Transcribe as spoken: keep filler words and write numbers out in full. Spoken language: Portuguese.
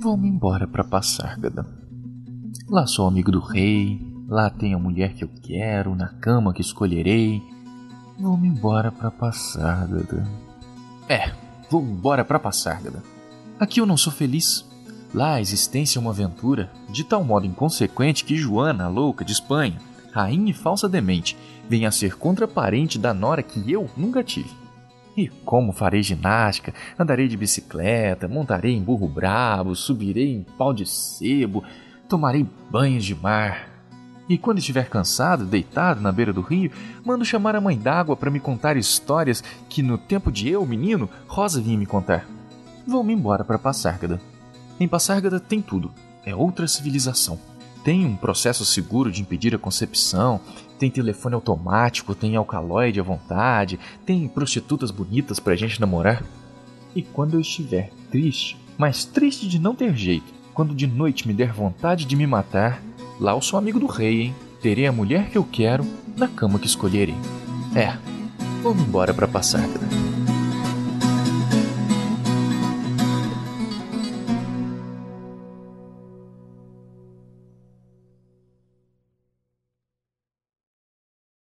Vou-me embora pra Passárgada. Lá sou amigo do rei, lá tenho a mulher que eu quero, na cama que escolherei. Vou-me embora pra Passárgada. É, vou-me embora pra Passárgada. Aqui eu não sou feliz. Lá a existência é uma aventura, de tal modo inconsequente que Joana, a louca de Espanha, rainha e falsa demente, vem a ser contraparente da nora que eu nunca tive. E como farei ginástica, andarei de bicicleta, montarei em burro brabo, subirei em pau de sebo, tomarei banhos de mar. E quando estiver cansado, deitado na beira do rio, mando chamar a mãe d'água para me contar histórias que no tempo de eu, menino, Rosa vinha me contar. Vou-me embora para Passárgada. Em Passárgada tem tudo. É outra civilização. Tem um processo seguro de impedir a concepção, tem telefone automático, tem alcaloide à vontade, tem prostitutas bonitas pra gente namorar. E quando eu estiver triste, mas triste de não ter jeito, quando de noite me der vontade de me matar, lá eu sou amigo do rei, hein? Terei a mulher que eu quero na cama que escolherei. É, vou-me embora pra Passárgada.